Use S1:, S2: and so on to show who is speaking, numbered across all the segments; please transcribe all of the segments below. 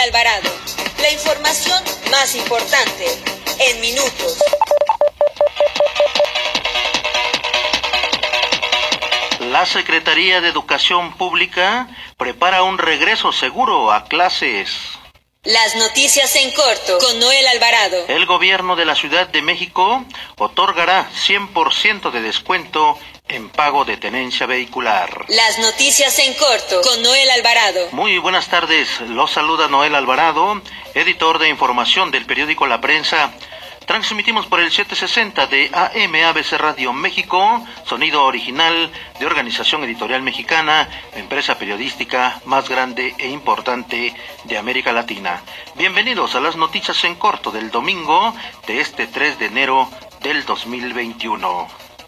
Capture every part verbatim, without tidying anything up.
S1: Alvarado. La información más importante en minutos.
S2: La Secretaría de Educación Pública prepara un regreso seguro a clases.
S1: Las noticias en corto con Noel Alvarado.
S2: El gobierno de la Ciudad de México otorgará cien por ciento de descuento en pago de tenencia vehicular.
S1: Las noticias en corto con Noel Alvarado.
S2: Muy buenas tardes, los saluda Noel Alvarado, editor de información del periódico La Prensa. Transmitimos por el setecientos sesenta de A M A B C Radio México, sonido original de Organización Editorial Mexicana, empresa periodística más grande e importante de América Latina. Bienvenidos a las noticias en corto del domingo de este tres de enero del dos mil veintiuno.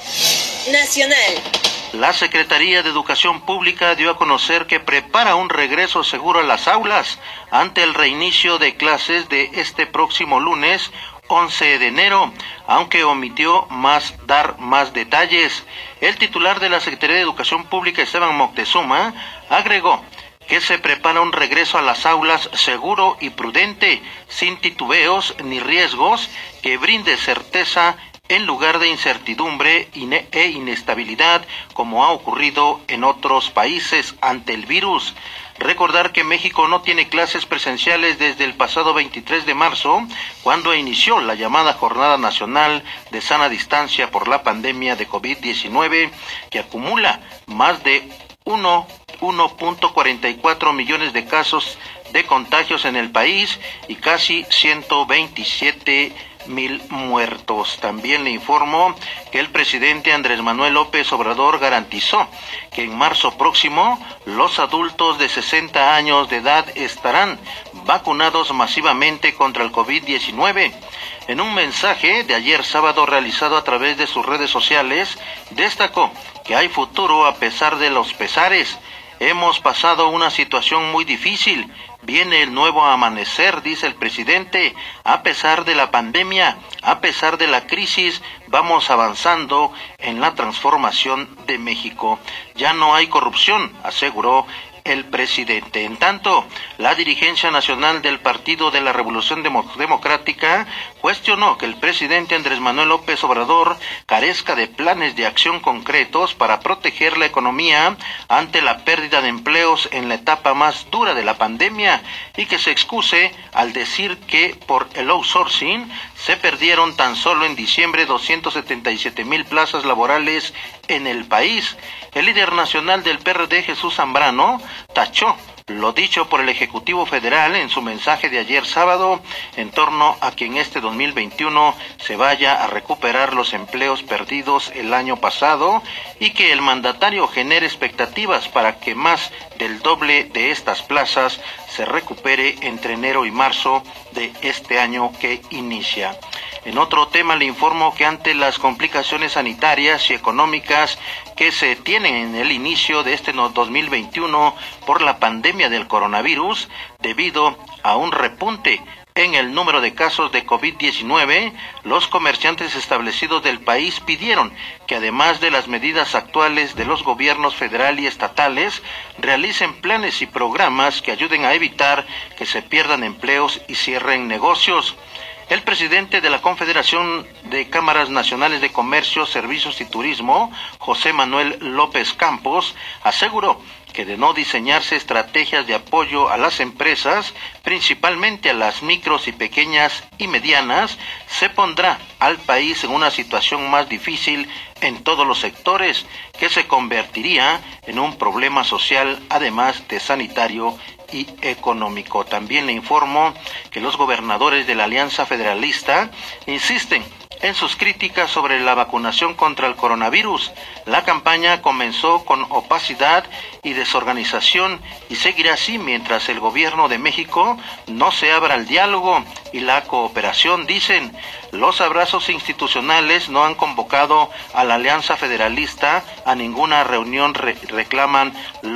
S1: Nacional.
S2: La Secretaría de Educación Pública dio a conocer que prepara un regreso seguro a las aulas ante el reinicio de clases de este próximo lunes once de enero, aunque omitió más dar más detalles. El titular de la Secretaría de Educación Pública, Esteban Moctezuma, agregó que se prepara un regreso a las aulas seguro y prudente, sin titubeos ni riesgos, que brinde certeza en lugar de incertidumbre e inestabilidad, como ha ocurrido en otros países ante el virus. Recordar que México no tiene clases presenciales desde el pasado veintitrés de marzo, cuando inició la llamada Jornada Nacional de Sana Distancia por la pandemia de COVID diecinueve, que acumula más de uno punto cuarenta y cuatro millones de casos de contagios en el país y casi ciento veintisiete mil muertos. También le informo que el presidente Andrés Manuel López Obrador garantizó que en marzo próximo los adultos de sesenta años de edad estarán vacunados masivamente contra el COVID diecinueve. En un mensaje de ayer sábado realizado a través de sus redes sociales, destacó que hay futuro a pesar de los pesares. Hemos pasado una situación muy difícil. Viene el nuevo amanecer, dice el presidente. A pesar de la pandemia, a pesar de la crisis, vamos avanzando en la transformación de México. Ya no hay corrupción, aseguró el presidente. En tanto, la dirigencia nacional del Partido de la Revolución Demo- Democrática cuestionó que el presidente Andrés Manuel López Obrador carezca de planes de acción concretos para proteger la economía ante la pérdida de empleos en la etapa más dura de la pandemia y que se excuse al decir que por el outsourcing se perdieron tan solo en diciembre doscientas setenta y siete mil plazas laborales en el país. El líder nacional del P R D, Jesús Zambrano, tachó lo dicho por el Ejecutivo Federal en su mensaje de ayer sábado en torno a que en este dos mil veintiuno se vaya a recuperar los empleos perdidos el año pasado y que el mandatario genere expectativas para que más del doble de estas plazas se recupere entre enero y marzo de este año que inicia. En otro tema le informo que ante las complicaciones sanitarias y económicas que se tienen en el inicio de este dos mil veintiuno por la pandemia del coronavirus, debido a un repunte en el número de casos de COVID diecinueve, los comerciantes establecidos del país pidieron que además de las medidas actuales de los gobiernos federal y estatales, realicen planes y programas que ayuden a evitar que se pierdan empleos y cierren negocios. El presidente de la Confederación de Cámaras Nacionales de Comercio, Servicios y Turismo, José Manuel López Campos, aseguró que de no diseñarse estrategias de apoyo a las empresas, principalmente a las micros y pequeñas y medianas, se pondrá al país en una situación más difícil en todos los sectores, que se convertiría en un problema social, además de sanitario y económico. También le informo que los gobernadores de la Alianza Federalista insisten en sus críticas sobre la vacunación contra el coronavirus. La campaña comenzó con opacidad y desorganización y seguirá así mientras el gobierno de México no se abra al diálogo y la cooperación, dicen. Los abrazos institucionales no han convocado a la Alianza Federalista a ninguna reunión, re- reclaman los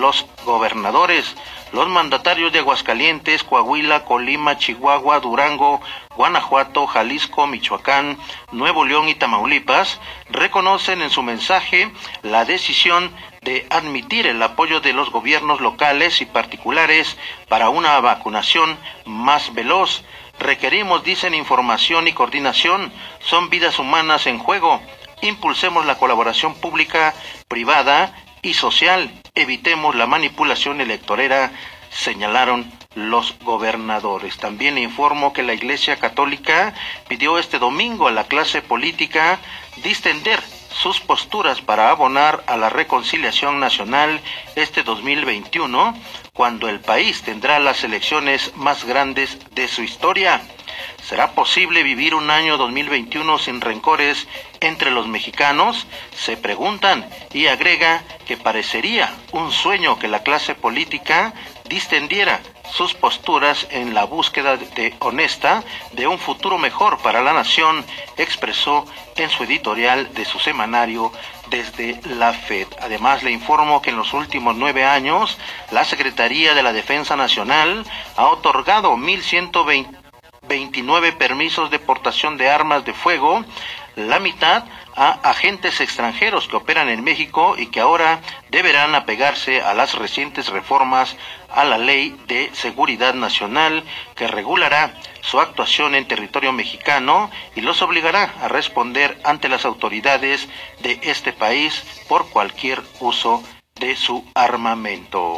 S2: gobernadores. Los mandatarios de Aguascalientes, Coahuila, Colima, Chihuahua, Durango, Guanajuato, Jalisco, Michoacán, Nuevo León y Tamaulipas reconocen en su mensaje la decisión de admitir el apoyo de los gobiernos locales y particulares para una vacunación más veloz. Requerimos, dicen, información y coordinación. Son vidas humanas en juego. Impulsemos la colaboración pública, privada y social. Evitemos la manipulación electorera, señalaron los gobernadores. También le informo que la Iglesia Católica pidió este domingo a la clase política distender sus posturas para abonar a la reconciliación nacional este dos mil veintiuno, cuando el país tendrá las elecciones más grandes de su historia. ¿Será posible vivir un año dos mil veintiuno sin rencores entre los mexicanos? Se preguntan, y agrega que parecería un sueño que la clase política distendiera sus posturas en la búsqueda de honesta de un futuro mejor para la nación, expresó en su editorial de su semanario Desde la F E D. Además, le informo que en los últimos nueve años, la Secretaría de la Defensa Nacional ha otorgado mil ciento veintinueve permisos de portación de armas de fuego, la mitad a agentes extranjeros que operan en México y que ahora deberán apegarse a las recientes reformas a la Ley de Seguridad Nacional que regulará su actuación en territorio mexicano y los obligará a responder ante las autoridades de este país por cualquier uso de su armamento.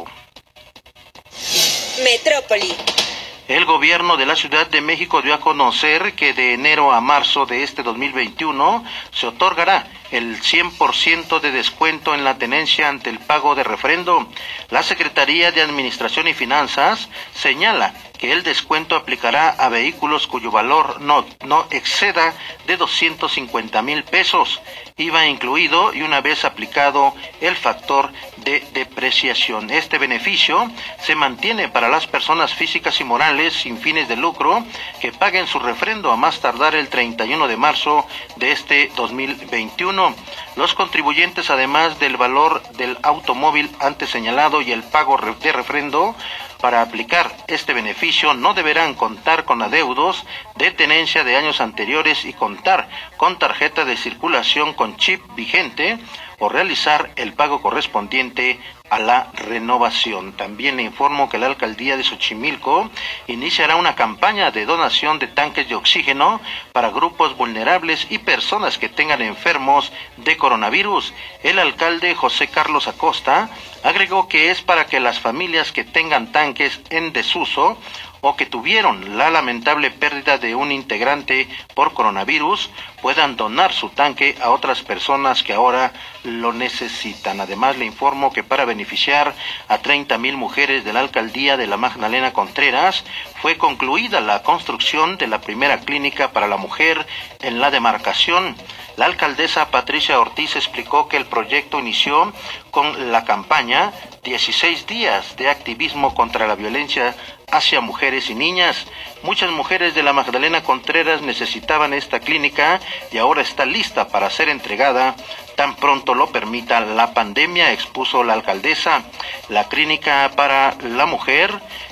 S1: Metrópoli.
S2: El gobierno de la Ciudad de México dio a conocer que de enero a marzo de este dos mil veintiuno se otorgará el cien por ciento de descuento en la tenencia ante el pago de refrendo. La Secretaría de Administración y Finanzas señala que el descuento aplicará a vehículos cuyo valor no, no exceda de doscientos cincuenta mil pesos, I V A incluido, y una vez aplicado el factor de depreciación. Este beneficio se mantiene para las personas físicas y morales sin fines de lucro que paguen su refrendo a más tardar el treinta y uno de marzo de este dos mil veintiuno. Los contribuyentes, además del valor del automóvil antes señalado y el pago de refrendo, para aplicar este beneficio no deberán contar con adeudos de tenencia de años anteriores y contar con tarjeta de circulación con chip vigente o realizar el pago correspondiente a la renovación. También le informo que la alcaldía de Xochimilco iniciará una campaña de donación de tanques de oxígeno para grupos vulnerables y personas que tengan enfermos de coronavirus. El alcalde José Carlos Acosta agregó que es para que las familias que tengan tanques en desuso o que tuvieron la lamentable pérdida de un integrante por coronavirus puedan donar su tanque a otras personas que ahora lo necesitan. Además, le informo que para beneficiar a treinta mil mujeres de la alcaldía de la Magdalena Contreras fue concluida la construcción de la primera clínica para la mujer en la demarcación. La alcaldesa Patricia Ortiz explicó que el proyecto inició con la campaña dieciséis días de activismo contra la violencia hacia mujeres y niñas. Muchas mujeres de la Magdalena Contreras necesitaban esta clínica y ahora está lista para ser entregada tan pronto lo permita la pandemia, expuso la alcaldesa. La clínica para la mujer,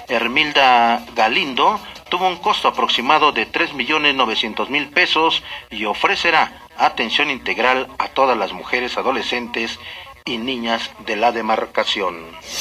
S2: Hermilda Galindo, tuvo un costo aproximado de tres millones novecientos mil pesos y ofrecerá atención integral a todas las mujeres, adolescentes y niñas de la demarcación.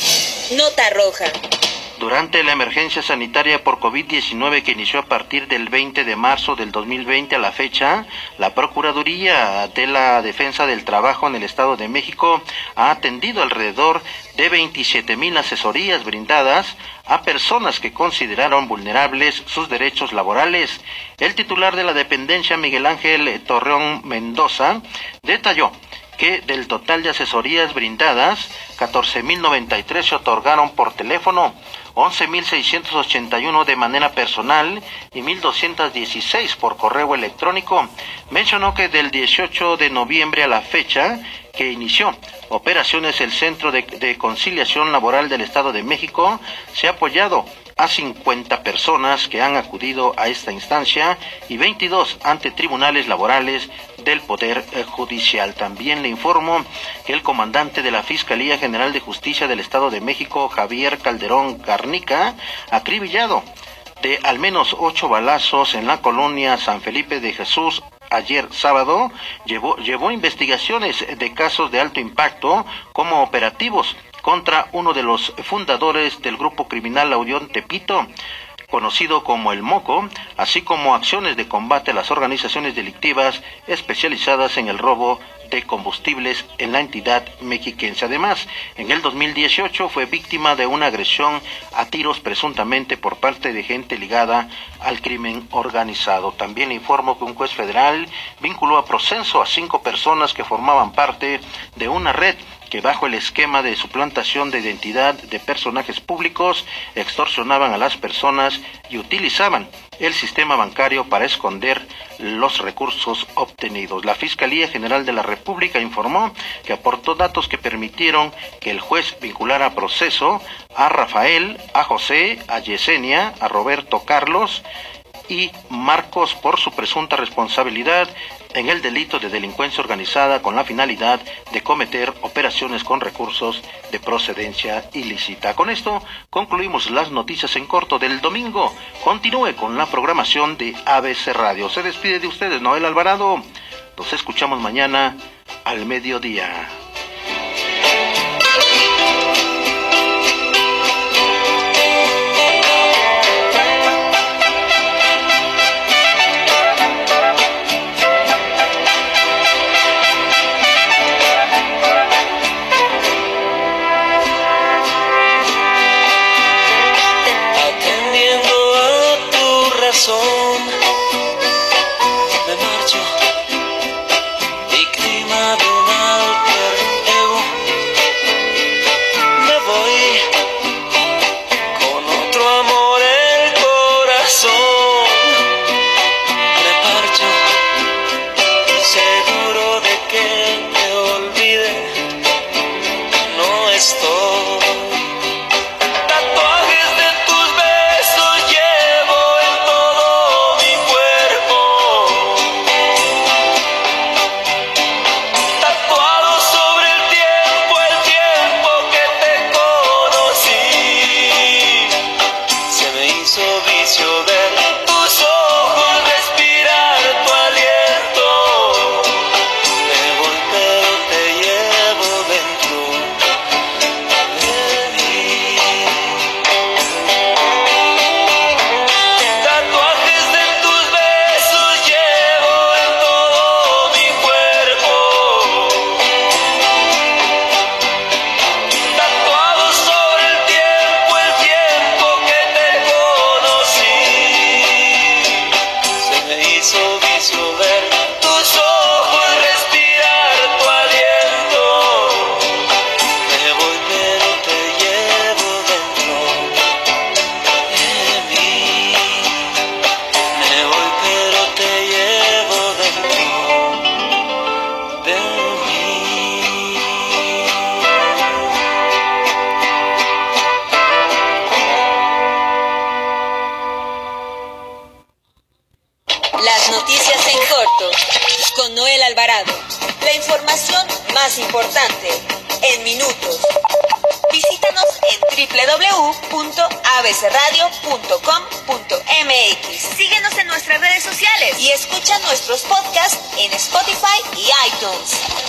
S1: Nota roja.
S2: Durante la emergencia sanitaria por COVID diecinueve que inició a partir del veinte de marzo del dos mil veinte a la fecha, la Procuraduría de la Defensa del Trabajo en el Estado de México ha atendido alrededor de veintisiete mil asesorías brindadas a personas que consideraron vulnerables sus derechos laborales. El titular de la dependencia, Miguel Ángel Torreón Mendoza, detalló que del total de asesorías brindadas, catorce mil noventa y tres se otorgaron por teléfono, once mil seiscientos ochenta y uno de manera personal y mil doscientos dieciséis por correo electrónico. Mencionó que del dieciocho de noviembre a la fecha que inició operaciones el Centro de, de Conciliación Laboral del Estado de México, se ha apoyado a cincuenta personas que han acudido a esta instancia y veintidós ante tribunales laborales del Poder Judicial. También le informo que el comandante de la Fiscalía General de Justicia del Estado de México, Javier Calderón Garnica, acribillado de al menos ocho balazos en la colonia San Felipe de Jesús ayer sábado, llevó, llevó investigaciones de casos de alto impacto como operativos contra uno de los fundadores del grupo criminal La Unión Tepito, conocido como El Moco, así como acciones de combate a las organizaciones delictivas especializadas en el robo de combustibles en la entidad mexiquense. Además, en el dos mil dieciocho fue víctima de una agresión a tiros presuntamente por parte de gente ligada al crimen organizado. También le informo que un juez federal vinculó a proceso a cinco personas que formaban parte de una red que bajo el esquema de suplantación de identidad de personajes públicos extorsionaban a las personas y utilizaban el sistema bancario para esconder los recursos obtenidos. La Fiscalía General de la República informó que aportó datos que permitieron que el juez vinculara a proceso a Rafael, a José, a Yesenia, a Roberto Carlos y Marcos por su presunta responsabilidad en el delito de delincuencia organizada con la finalidad de cometer operaciones con recursos de procedencia ilícita. Con esto concluimos las noticias en corto del domingo. Continúe con la programación de A B C Radio. Se despide de ustedes Noel Alvarado. Nos escuchamos mañana al mediodía.
S3: Me marcho, víctima de un alter ego. Me voy con otro amor el corazón. Me parcho, seguro de que te olvide. No estoy.
S1: La información más importante en minutos. Visítanos en doble u doble u doble u punto a b c radio punto com punto m x. Síguenos en nuestras redes sociales y escucha nuestros podcasts en Spotify y iTunes.